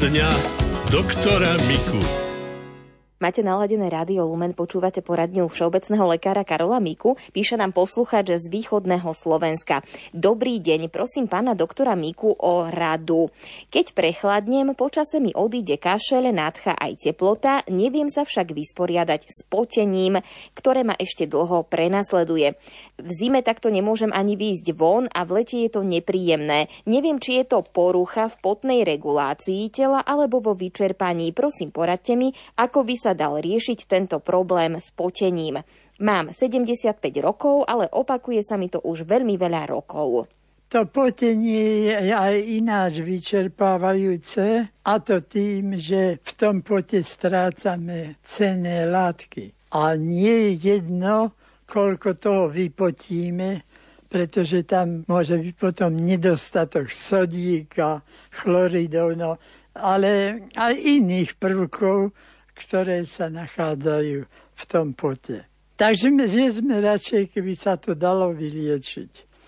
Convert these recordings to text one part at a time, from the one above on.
dňa doktora Miku. Máte naladené Rádio Lumen, počúvate poradňu všeobecného lekára Karola Miku. Píše nám poslucháč z východného Slovenska. Dobrý deň, prosím pána doktora Miku o radu. Keď prechladnem, počase mi odíde kašeľ, nádcha aj teplota, neviem sa však vysporiadať s potením, ktoré ma ešte dlho prenasleduje. V zime takto nemôžem ani výjsť von a v lete je to nepríjemné. Neviem, či je to porucha v potnej regulácii tela alebo vo vyčerpaní. Prosím, poradte mi, ako by sa dal riešiť tento problém s potením. Mám 75 rokov, ale opakuje sa mi to už veľmi veľa rokov. To potenie je aj ináč vyčerpávajúce, a to tým, že v tom pote strácame cenné látky. A nie je jedno, koľko toho vypotíme, pretože tam môže byť potom nedostatok sodíka, chloridov, ale aj iných prvkov, ktoré sa nachádzajú v tom pote. Takže že sme radšej, keby sa to dalo vyliečiť.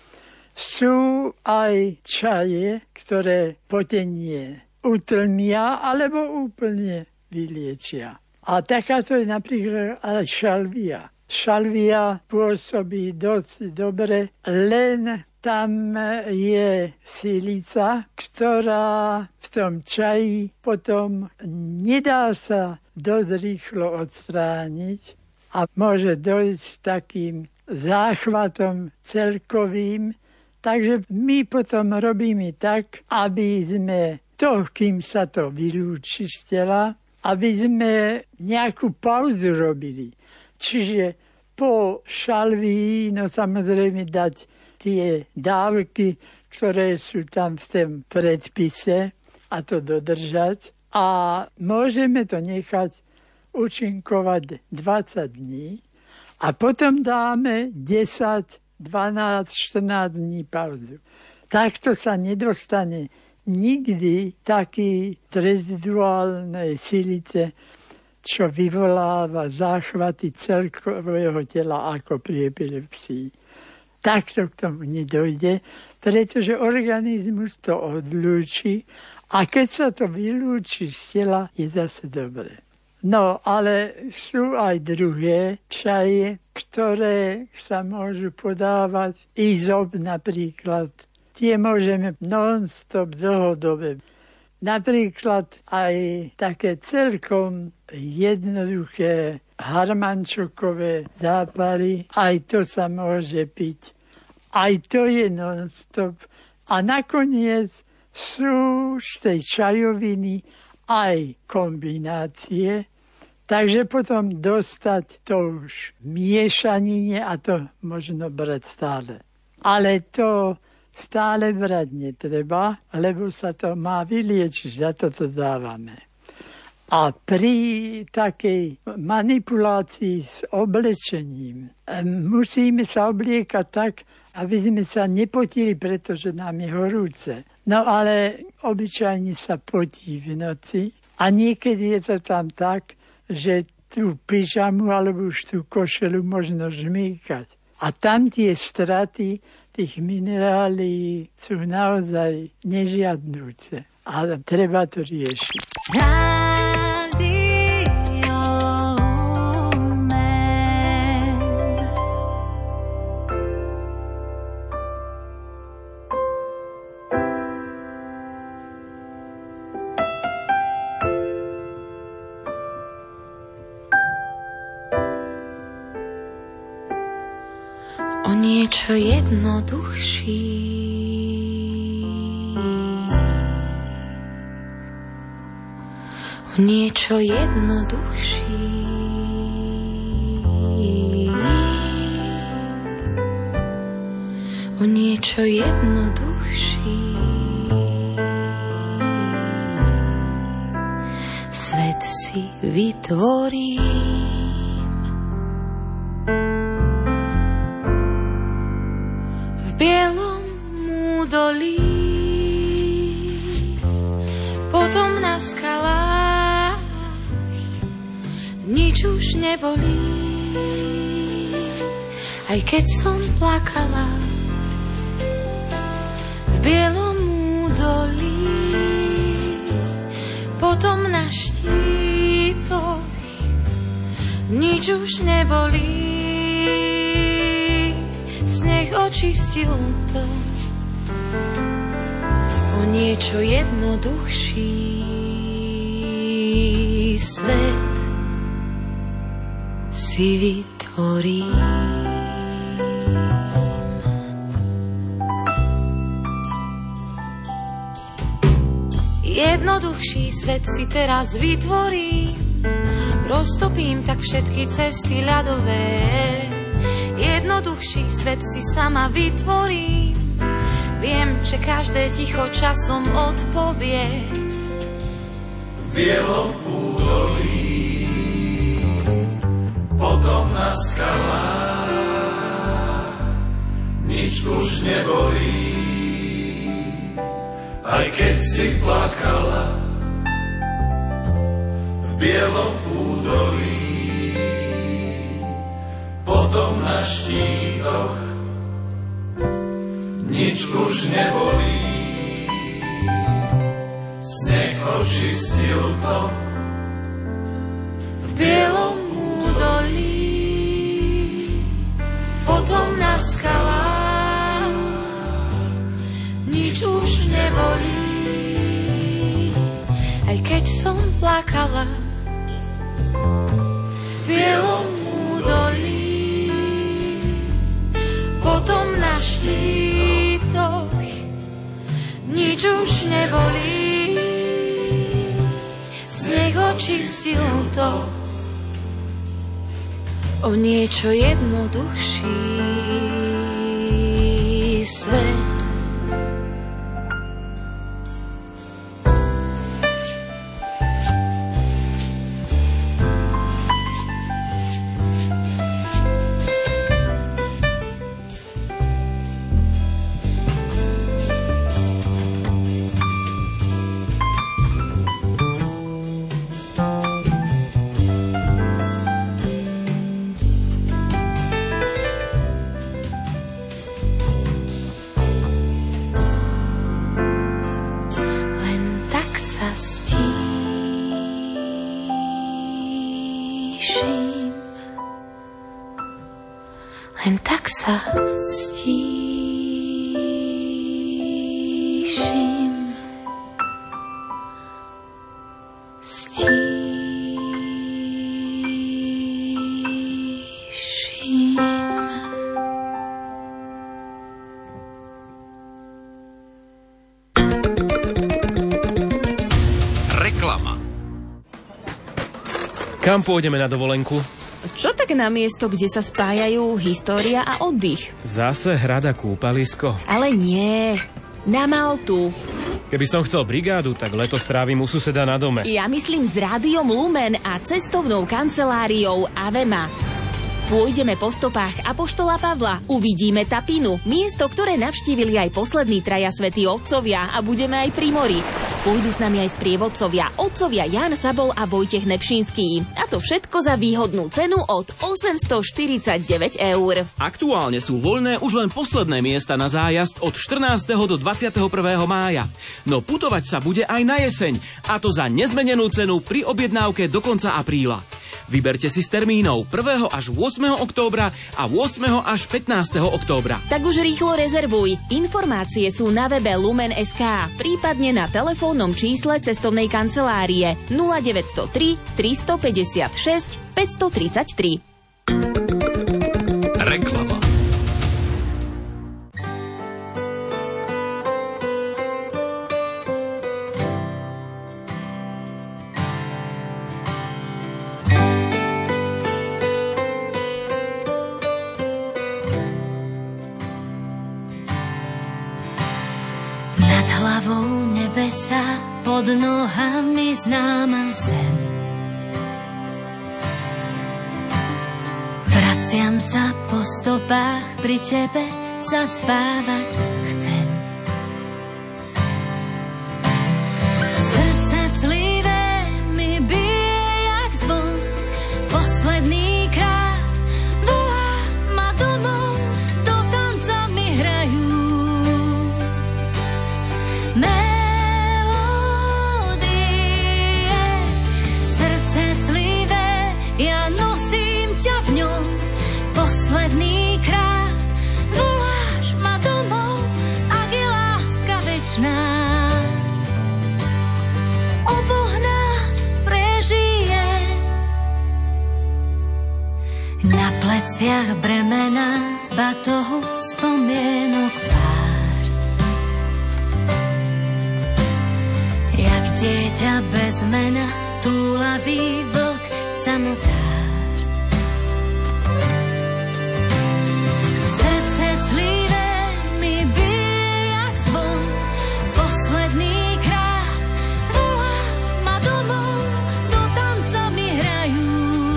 Sú aj čaje, ktoré potenie utlmia alebo úplne vyliečia. A takáto je napríklad aj šalvia. Šalvia pôsobí dosť dobre, len tam je silica, ktorá v tom čaji potom nedá sa dosť rýchlo odstrániť a môže dojsť takým záchvatom celkovým. Takže my potom robíme tak, aby sme to, kým sa to vylúči z tela, aby sme nejakú pauzu robili. Čiže po šalvii, samozrejme dať tie dávky, ktoré sú tam v tom predpise a to dodržať. A môžeme to nechať účinkovať 20 dní a potom dáme 10, 12, 14 dní pauzu. Takto sa nedostane nikdy taký reziduálnej silice, čo vyvoláva záchvaty celkového tela ako pri epilepsii. Takto k tomu nedojde, pretože organizmus to odlúči a keď sa to vylúči z tela, je zase dobre. No, ale sú aj druhé čaje, ktoré sa môžu podávať. Izob napríklad. Tie môžeme non-stop dlhodobé. Napríklad aj také celkom jednoduché harmančokové zápary, aj to sa môže piť. Aj to je non-stop. A nakoniec sú z tej čajoviny aj kombinácie, takže potom dostať to už miešanine a to možno brať stále. Ale to stále brať netreba, lebo sa to má vyliečiť, za to dávame. A pri takej manipulácii s oblečením musíme sa obliekať tak, aby sme sa nepotili, pretože nám je horúce. No ale obyčajne sa potí v noci a niekedy je to tam tak, že tú pyžamu alebo už tú košelu možno žmýkať. A tam tie straty tých minerálií sú naozaj nežiadnúce. Ale treba to riešiť. O niečo jednoduchší, o niečo jednoduchší, o niečo jednoduchší. Svet si vytvorím. Bielom údolí, potom na skalách nič už nebolí. Aj keď som plakala v bielom údolí, nič už nebolí. Sneh očistil to o niečo jednoduchší svet si vytvorím. Jednoduchší svet si teraz vytvorím, roztopím tak všetky cesty ľadové. Jednoduchší svet si sama vytvorím, viem, že každé ticho časom odpovie. V bielom údolí, potom na skalách, nič už nebolí. Aj keď si plakala v bielom údolí, potom na štítoch nič už nebolí. Sneh očistil to v bielom údolí, potom na skalách nič už nebolí. Aj keď som plakala v bielom údolí, potom na štítoch nič už nebolí. Sneh očistil to o niečo jednoduchší svet. Len tak sa stíšim. Reklama. Kam pôjdeme na dovolenku? Čo tak na miesto, kde sa spájajú história a oddych? Zase hrad a kúpalisko? Ale nie, na Maltu. Keby som chcel brigádu, tak leto strávim u suseda na dome. Ja myslím s Rádiom Lumen a cestovnou kanceláriou Avema. Pôjdeme po stopách apoštola Pavla, uvidíme Tapinu, miesto, ktoré navštívili aj poslední traja svätí otcovia a budeme aj pri mori. Pôjdu s nami aj sprievodcovia, otcovia Ján Sabol a Vojtech Nepšinský. A to všetko za výhodnú cenu od 849 €. Aktuálne sú voľné už len posledné miesta na zájazd od 14. do 21. mája. No putovať sa bude aj na jeseň, a to za nezmenenú cenu pri objednávke do konca apríla. Vyberte si z termínov 1. až 8. októbra a 8. až 15. októbra. Tak už rýchlo rezervuj. Informácie sú na webe Lumen.sk, prípadne na telefónnom čísle cestovnej kancelárie 0903 356 533. Reklama. Hlavou nebesa, pod nohami známa zem. Vraciam sa po stopách, pri tebe zaspávať chcem. Srdce clivé mi bije jak zvon, posledný krát volá ma domov, do tanca mi hrajú melódie. Srdce clivé ja nosím pleciach bremena, v batohu spomienok pár. Jak dieťa bez mena, túlavý vlk, samotár. Srdce clivé mi bije jak zvon, posledný krát volá ma domov, do tanca mi hrajú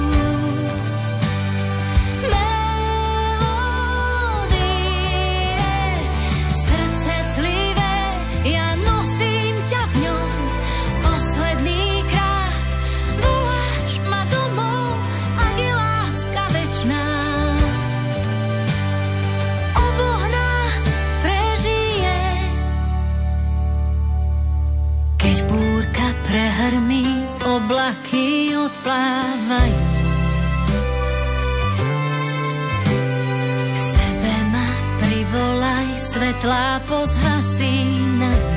melódie. Srdce clivé, ja nosím ťa v ňom, posledný krát voláš ma domov, ak je láska večná. Oboch nás prežije, keď búrka prehrmí, oblaky odplávajú. K sebe ma privolaj, svetlá pozhasínajú.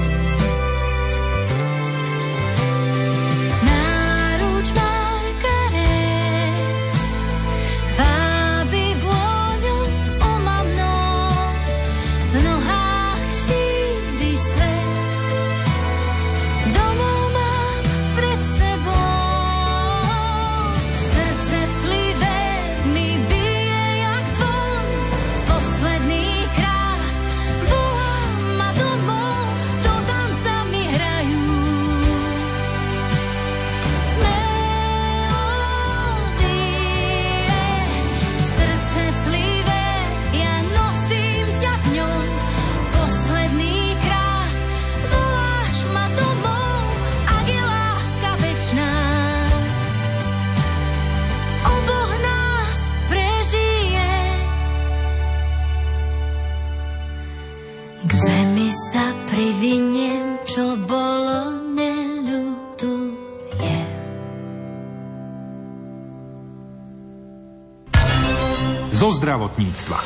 Náruč Margaret vábi vôňou omamnou, v nohách šíri svet. Domov mám pred sebou, srdce clivé mi bije jak zvon, posledný krát volá ma domov, do tanca mi hrajú melódie. Srdce clivé, ja nosím ťa v ňom, posledný krát voláš ma domov, ak je láska večná. Oboch nás prežije. K zemi sa priviniem, čo bolo, neľutujem. Zo zdravotníctva.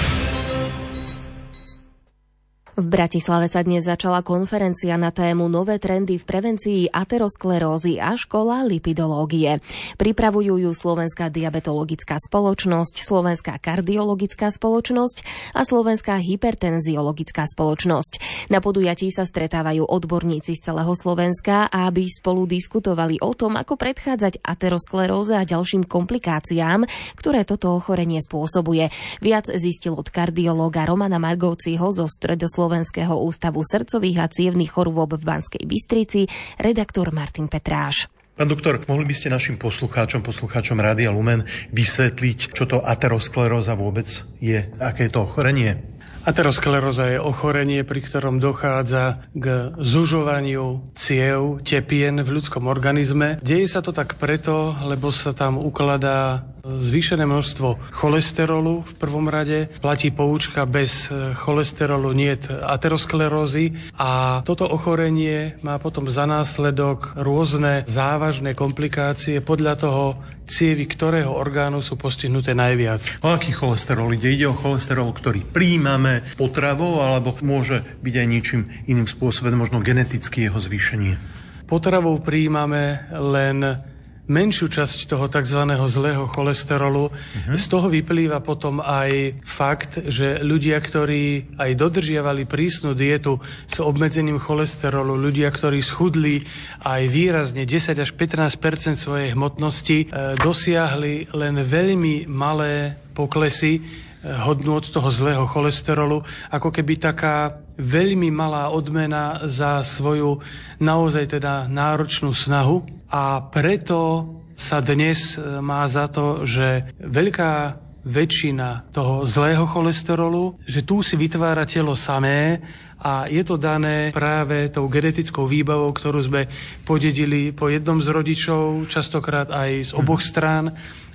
V Bratislave sa dnes začala konferencia na tému Nové trendy v prevencii aterosklerózy a škola lipidológie. Pripravujú ju Slovenská diabetologická spoločnosť, Slovenská kardiologická spoločnosť a Slovenská hypertenziologická spoločnosť. Na podujatí sa stretávajú odborníci z celého Slovenska, aby spolu diskutovali o tom, ako predchádzať ateroskleróze a ďalším komplikáciám, ktoré toto ochorenie spôsobuje. Viac zistil od kardiológa Romana Margovciho zo Stredoslovenského ústavu srdcových a cievnych chorôb v Banskej Bystrici, redaktor Martin Petráš. Pán doktor, mohli by ste našim poslucháčom Rádia Lumen vysvetliť, čo to ateroskleróza vôbec je? Aké je to ochorenie? Ateroskleróza je ochorenie, pri ktorom dochádza k zužovaniu ciev, tepien v ľudskom organizme. Deje sa to tak preto, lebo sa tam ukladá zvýšené množstvo cholesterolu v prvom rade. Platí poučka, bez cholesterolu niet aterosklerózy a toto ochorenie má potom za následok rôzne závažné komplikácie podľa toho cievy ktorého orgánu sú postihnuté najviac. O aký cholesterol ide? Ide o cholesterol, ktorý prijímame potravou, alebo môže byť aj ničím iným spôsobom, možno geneticky jeho zvýšenie? Potravou prijímame len menšiu časť toho tzv. Zlého cholesterolu. Z toho vyplýva potom aj fakt, že ľudia, ktorí aj dodržiavali prísnu dietu s obmedzením cholesterolu, ľudia, ktorí schudli aj výrazne 10 až 15% svojej hmotnosti, dosiahli len veľmi malé poklesy hodnôt toho zlého cholesterolu, ako keby taká veľmi malá odmena za svoju naozaj teda náročnú snahu. A preto sa dnes má za to, že veľká väčšina toho zlého cholesterolu, že tu si vytvára telo samé a je to dané práve tou genetickou výbavou, ktorú sme podedili po jednom z rodičov, častokrát aj z oboch strán,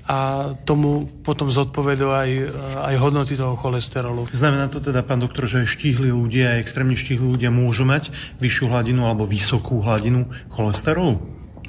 a tomu potom zodpovedá aj hodnoty toho cholesterolu. Znamená to teda, pán doktor, že štíhli ľudia, extrémne štíhli ľudia môžu mať vyššiu hladinu alebo vysokú hladinu cholesterolu?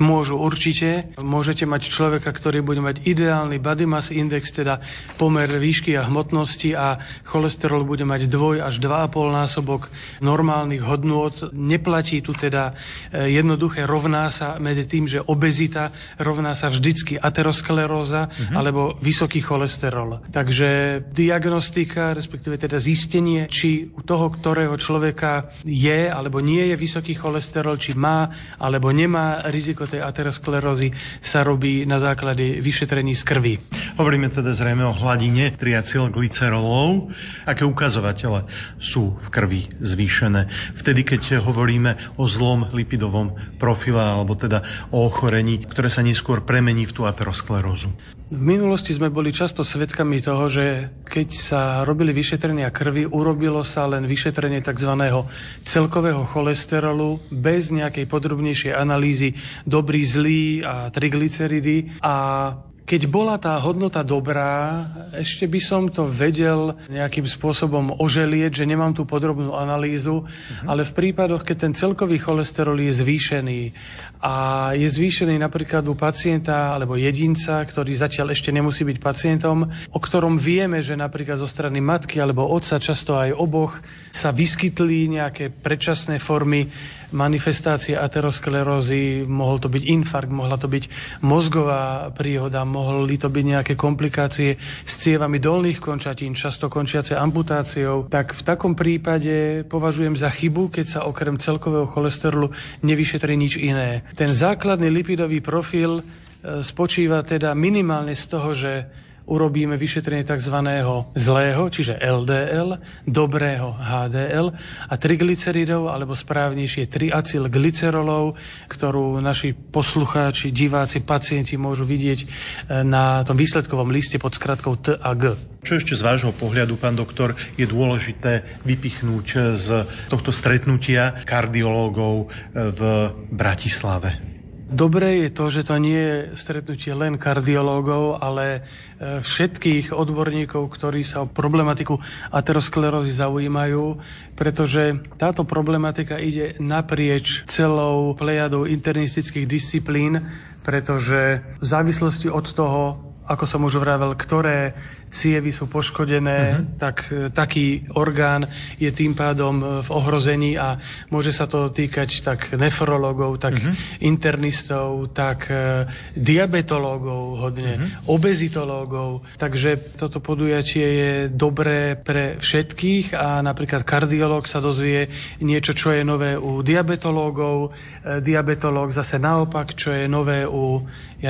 Môžu určite. Môžete mať človeka, ktorý bude mať ideálny body mass index, teda pomer výšky a hmotnosti, a cholesterol bude mať 2 až 2,5 násobok normálnych hodnôt. Neplatí tu teda jednoduché rovná sa medzi tým, že obezita rovná sa vždycky ateroskleróza alebo vysoký cholesterol. Takže diagnostika, respektíve teda zistenie, či u toho, ktorého človeka je alebo nie je vysoký cholesterol, či má alebo nemá riziko tej aterosklerózy, sa robí na základe vyšetrení z krvi. Hovoríme teda zrejme o hladine triacylglycerolov. Aké ukazovatele sú v krvi zvýšené? Vtedy, keď hovoríme o zlom lipidovom profile alebo teda o ochorení, ktoré sa neskôr premení v tú aterosklerózu. V minulosti sme boli často svedkami toho, že keď sa robili vyšetrenia krvi, urobilo sa len vyšetrenie tzv. Celkového cholesterolu bez nejakej podrobnejšej analýzy dobrý, zlý a triglyceridy. A keď bola tá hodnota dobrá, ešte by som to vedel nejakým spôsobom oželieť, že nemám tú podrobnú analýzu, ale v prípadoch, keď ten celkový cholesterol je zvýšený a je zvýšený napríklad u pacienta alebo jedinca, ktorý zatiaľ ešte nemusí byť pacientom, o ktorom vieme, že napríklad zo strany matky alebo otca, často aj oboch, sa vyskytli nejaké predčasné formy manifestácie aterosklerózy, mohol to byť infarkt, mohla to byť mozgová príhoda, mohli to byť nejaké komplikácie s cievami dolných končatín, často končiace amputáciou, tak v takom prípade považujem za chybu, keď sa okrem celkového cholesterolu nevyšetrí nič iné. Ten základný lipidový profil spočíva teda minimálne z toho, že urobíme vyšetrenie tzv. Zlého, čiže LDL, dobrého HDL a triglyceridov, alebo správnejšie triacylglycerolov, ktorú naši poslucháči, diváci, pacienti môžu vidieť na tom výsledkovom liste pod skratkou T a G. Čo ešte z vášho pohľadu, pán doktor, je dôležité vypichnúť z tohto stretnutia kardiológov v Bratislave? Dobré je to, že to nie je stretnutie len kardiológov, ale všetkých odborníkov, ktorí sa o problematiku aterosklerózy zaujímajú, pretože táto problematika ide naprieč celou plejadou internistických disciplín, pretože v závislosti od toho, ako som už vravel, ktoré cievy sú poškodené, tak taký orgán je tým pádom v ohrození a môže sa to týkať tak nefrológov, tak internistov, tak diabetológov hodne, obezitológov. Takže toto podujatie je dobré pre všetkých a napríklad kardiológ sa dozvie niečo, čo je nové u diabetológov, diabetológ zase naopak, čo je nové u,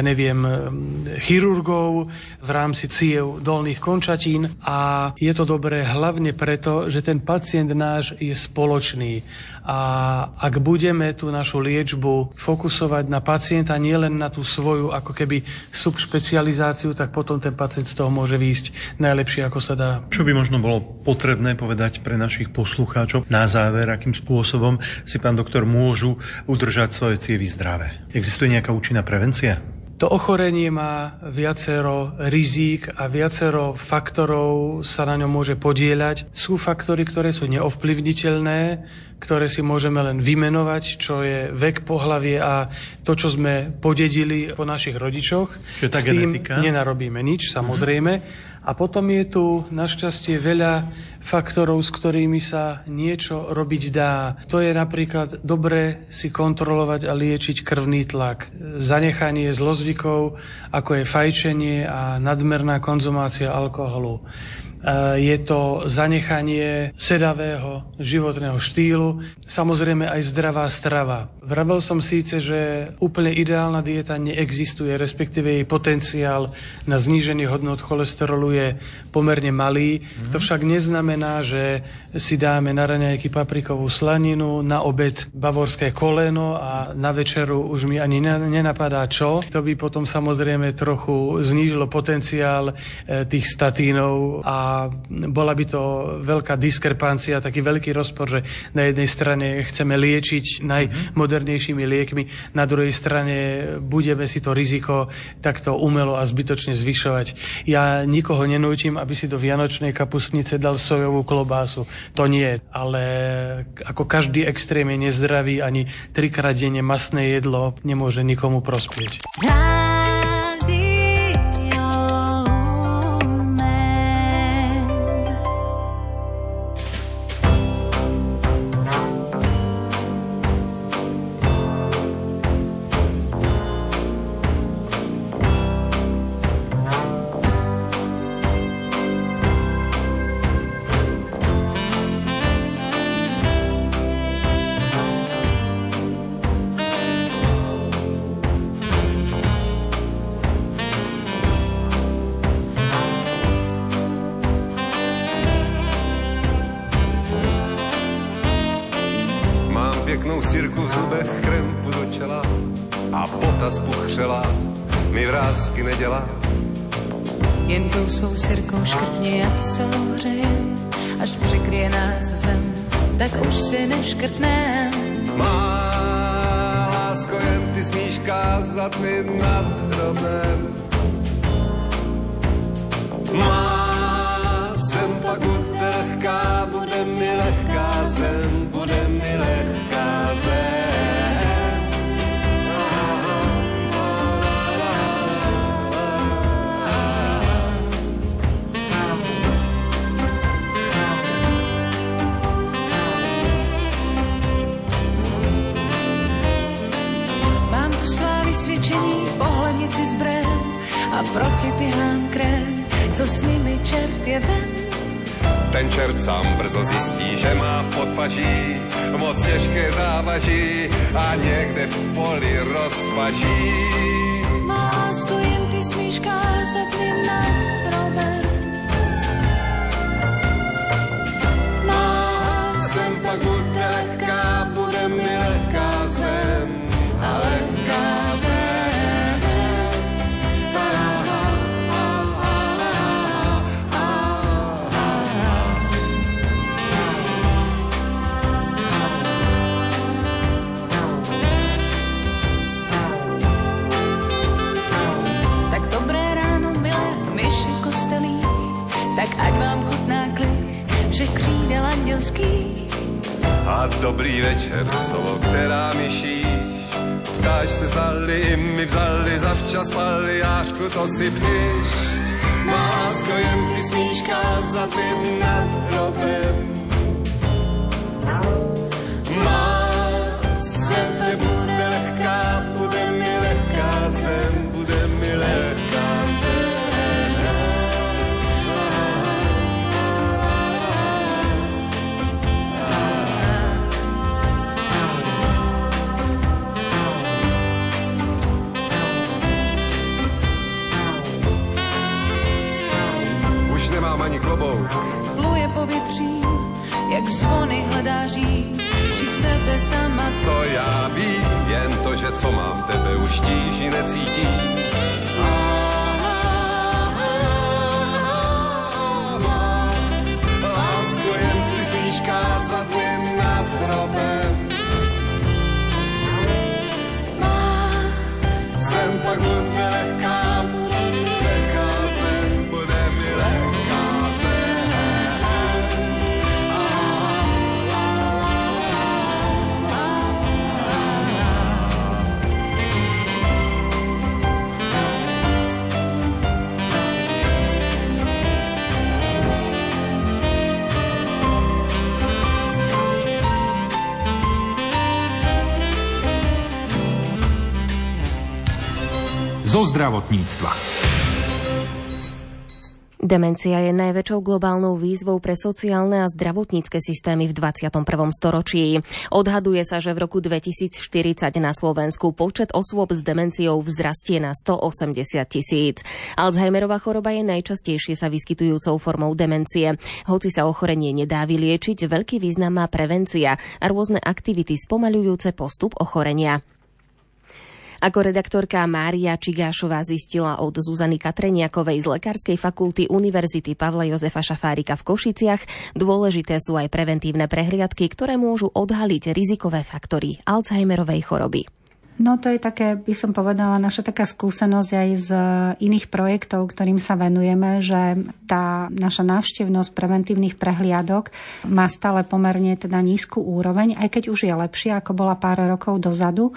chirurgov v rámci ciev dolných končatín, a je to dobré hlavne preto, že ten pacient náš je spoločný a ak budeme tú našu liečbu fokusovať na pacienta, nielen na tú svoju ako keby subšpecializáciu, tak potom ten pacient z toho môže výjsť najlepšie, ako sa dá. Čo by možno bolo potrebné povedať pre našich poslucháčov na záver, akým spôsobom si, pán doktor, môžu udržať svoje cievy zdravé? Existuje nejaká účinná prevencia? To ochorenie má viacero rizík a viacero faktorov sa na ňom môže podieľať. Sú faktory, ktoré sú neovplyvniteľné, ktoré si môžeme len vymenovať, čo je vek, pohlavie a to, čo sme podedili po našich rodičoch. Čiže tá s tým genetika? Nenarobíme nič, samozrejme. A potom je tu našťastie veľa faktorov, s ktorými sa niečo robiť dá. To je napríklad dobre si kontrolovať a liečiť krvný tlak. Zanechanie zlozvykov, ako je fajčenie a nadmerná konzumácia alkoholu. Je to zanechanie sedavého životného štýlu, samozrejme aj zdravá strava. Vravel som síce, že úplne ideálna dieta neexistuje, respektíve jej potenciál na zníženie hodnot cholesterolu je pomerne malý. To však neznamená, že si dáme na raňajky paprikovú slaninu, na obed bavorské koleno a na večeru už mi ani nenapadá čo. To by potom samozrejme trochu znížilo potenciál tých statínov a bola by to veľká diskrepancia, taký veľký rozpor, že na jednej strane chceme liečiť najmodernejšími liekmi, na druhej strane budeme si to riziko takto umelo a zbytočne zvyšovať. Ja nikoho nenútim, aby si do vianočnej kapustnice dal sojovú klobásu. To nie, ale ako každý extrém je nezdravý, ani 3-krát denne masné jedlo nemôže nikomu prospieť. Sirku v zubech, krempu do čela a bota spuchřela mi vrásky nedělá. Jen tou svou sirkou škrtně, já se ohřejem, až překryje nás zem, tak už si neškrtnem. Má lásko, jen ty smíš kázat mi nad hrobem. Má zem pak bude lehká, bude mi lehká zem, bude mi lehká zem. Mám tu svá vysvědčení, pohlednici z brén a proti pěhám krém, co s nimi čert je ven. Ten čert sám brzo zjistí, že má v podpaží moc těžké závaží a někde v poli rozpaží. Má lásku, jen ty smíš kázat mi nad hrobem. Má zem pak bude lehká, bude mi lehká zem a lehká zem. Tak ať vám chutná klid, že křídel andělský. A dobrý večer, slovo, která mi šíš. Ptáš se zdali, i mi vzali, zavčas spali, jášku, to si píš. Má lásko, jen ty smíš kázat jen nad hrobem. Má zem, kde bude lehká, bude mi lehká zem, bude mi lehká zem. Ani klobouk. Pluje povětřím, jak zvony hledá říň, či sebe sama. Co já vím, jen to, že co mám tebe už tíži necítí. Lásku, jen ty smíš kázat jen nad hrobem. Má zem pak bude lehká, bude mi lehká zem, bude mi lehká. Zo zdravotníctva. Demencia je najväčšou globálnou výzvou pre sociálne a zdravotnícke systémy v 21. storočí. Odhaduje sa, že v roku 2040 na Slovensku počet osôb s demenciou vzrastie na 180 000. Alzheimerová choroba je najčastejšie sa vyskytujúcou formou demencie. Hoci sa ochorenie nedá vyliečiť, veľký význam má prevencia a rôzne aktivity spomaľujúce postup ochorenia. Ako redaktorka Mária Čigášová zistila od Zuzany Katreniakovej z Lekárskej fakulty Univerzity Pavla Jozefa Šafárika v Košiciach, dôležité sú aj preventívne prehliadky, ktoré môžu odhaliť rizikové faktory Alzheimerovej choroby. No to je také, by som povedala, naša taká skúsenosť aj z iných projektov, ktorým sa venujeme, že tá naša návštevnosť preventívnych prehliadok má stále pomerne teda nízku úroveň, aj keď už je lepšia, ako bola pár rokov dozadu,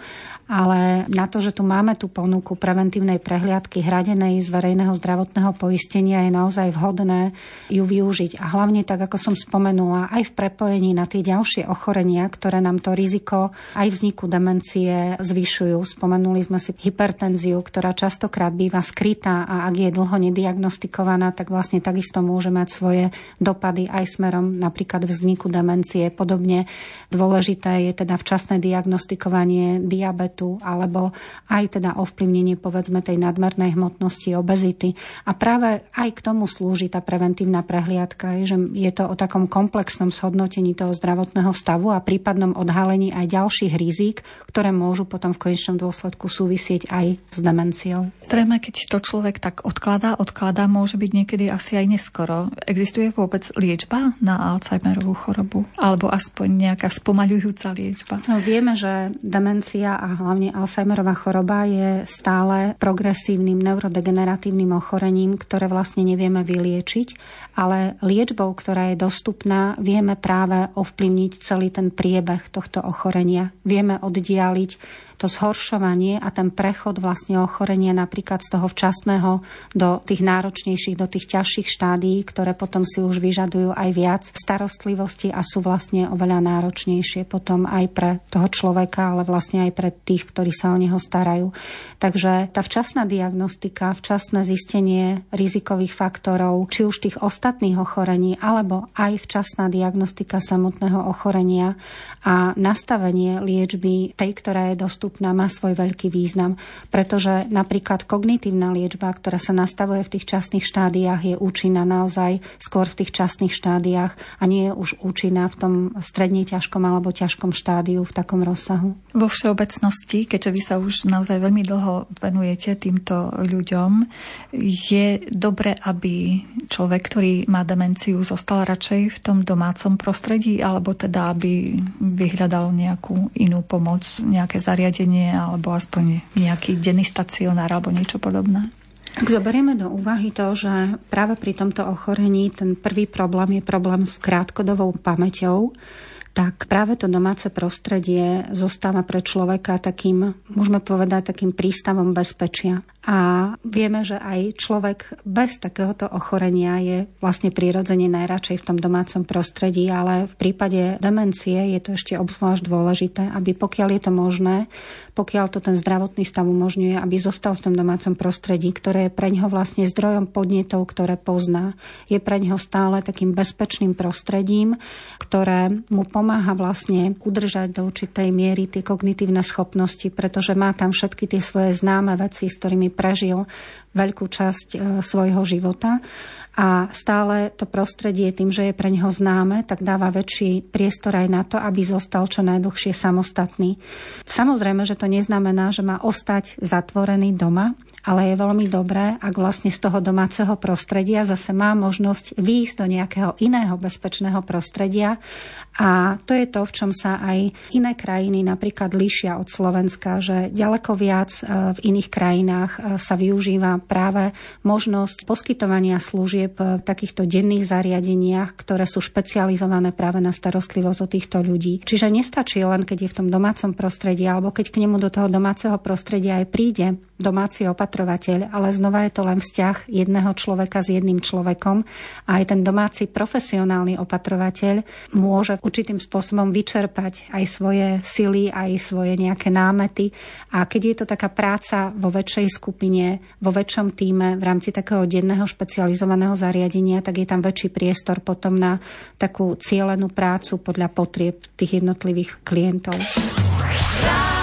ale na to, že tu máme tú ponuku preventívnej prehliadky hradenej z verejného zdravotného poistenia, je naozaj vhodné ju využiť. A hlavne, tak ako som spomenula, aj v prepojení na tie ďalšie ochorenia, ktoré nám to riziko aj vzniku demencie zvyšujú. Spomenuli sme si hypertenziu, ktorá častokrát býva skrytá a ak je dlho nediagnostikovaná, tak vlastne takisto môže mať svoje dopady aj smerom napríklad vzniku demencie. Podobne dôležité je teda včasné diagnostikovanie diabetu alebo aj teda ovplyvnenie povedzme tej nadmernej hmotnosti, obezity. A práve aj k tomu slúži tá preventívna prehliadka, že je to o takom komplexnom zhodnotení toho zdravotného stavu a prípadnom odhalení aj ďalších rizík, ktoré môžu potom v konečnom dôsledku súvisieť aj s demenciou. Zrejme, keď to človek tak odkladá, môže byť niekedy asi aj neskoro. Existuje vôbec liečba na Alzheimerovú chorobu? Alebo aspoň nejaká spomaľujúca liečba? No, vieme, že demencia a hlavne Alzheimerová choroba je stále progresívnym neurodegeneratívnym ochorením, ktoré vlastne nevieme vyliečiť, ale liečbou, ktorá je dostupná, vieme práve ovplyvniť celý ten priebeh tohto ochorenia. Vieme oddialiť to zhoršovanie a ten prechod vlastne ochorenia napríklad z toho včasného do tých náročnejších, do tých ťažších štádií, ktoré potom si už vyžadujú aj viac starostlivosti a sú vlastne oveľa náročnejšie potom aj pre toho človeka, ale vlastne aj pre tých, ktorí sa o neho starajú. Takže tá včasná diagnostika, včasné zistenie rizikových faktorov, či už tých ostatných ochorení, alebo aj včasná diagnostika samotného ochorenia a nastavenie liečby tej, ktorá je dostupná, má svoj veľký význam, pretože napríklad kognitívna liečba, ktorá sa nastavuje v tých časných štádiách, je účinná naozaj skôr v tých časných štádiách a nie je už účinná v tom stredne ťažkom alebo ťažkom štádiu v takom rozsahu. Vo všeobecnosti, keďže vy sa už naozaj veľmi dlho venujete týmto ľuďom, je dobre, aby človek, ktorý má demenciu, zostal radšej v tom domácom prostredí, alebo teda, aby vyhľadal nejakú inú pomoc, nejaké zariadenie, alebo aspoň nejaký denný stacionár, alebo niečo podobné? Ak zoberieme do úvahy to, že práve pri tomto ochorení ten prvý problém je problém s krátkodobou pamäťou, tak práve to domáce prostredie zostáva pre človeka takým, môžeme povedať, takým prístavom bezpečia. A vieme, že aj človek bez takéhoto ochorenia je vlastne prirodzene najradšej v tom domácom prostredí, ale v prípade demencie je to ešte obzvlášť dôležité, aby pokiaľ je to možné, pokiaľ to ten zdravotný stav umožňuje, aby zostal v tom domácom prostredí, ktoré je preňho vlastne zdrojom podnetov, ktoré pozná. Je preňho stále takým bezpečným prostredím, ktoré mu pomáha vlastne udržať do určitej miery tie kognitívne schopnosti, pretože má tam všetky tie svoje známe veci, s ktorými prežil veľkú časť svojho života. A stále to prostredie tým, že je pre neho známe, tak dáva väčší priestor aj na to, aby zostal čo najdlhšie samostatný. Samozrejme, že to neznamená, že má ostať zatvorený doma, ale je veľmi dobré, ak vlastne z toho domáceho prostredia zase má možnosť výjsť do nejakého iného bezpečného prostredia. A to je to, v čom sa aj iné krajiny napríklad líšia od Slovenska, že ďaleko viac v iných krajinách sa využíva práve možnosť poskytovania služieb v takýchto denných zariadeniach, ktoré sú špecializované práve na starostlivosť o týchto ľudí. Čiže nestačí len, keď je v tom domácom prostredí, alebo keď k nemu do toho domáceho prostredia aj príde domáci opatrovateľ, ale znova je to len vzťah jedného človeka s jedným človekom a aj ten domáci profesionálny opatrovateľ môže určitým spôsobom vyčerpať aj svoje sily, aj svoje nejaké námety. A keď je to taká práca vo väčšej skupine, vo väčšom tíme, v rámci takého denného špecializovaného zariadenia, tak je tam väčší priestor potom na takú cielenú prácu podľa potrieb tých jednotlivých klientov.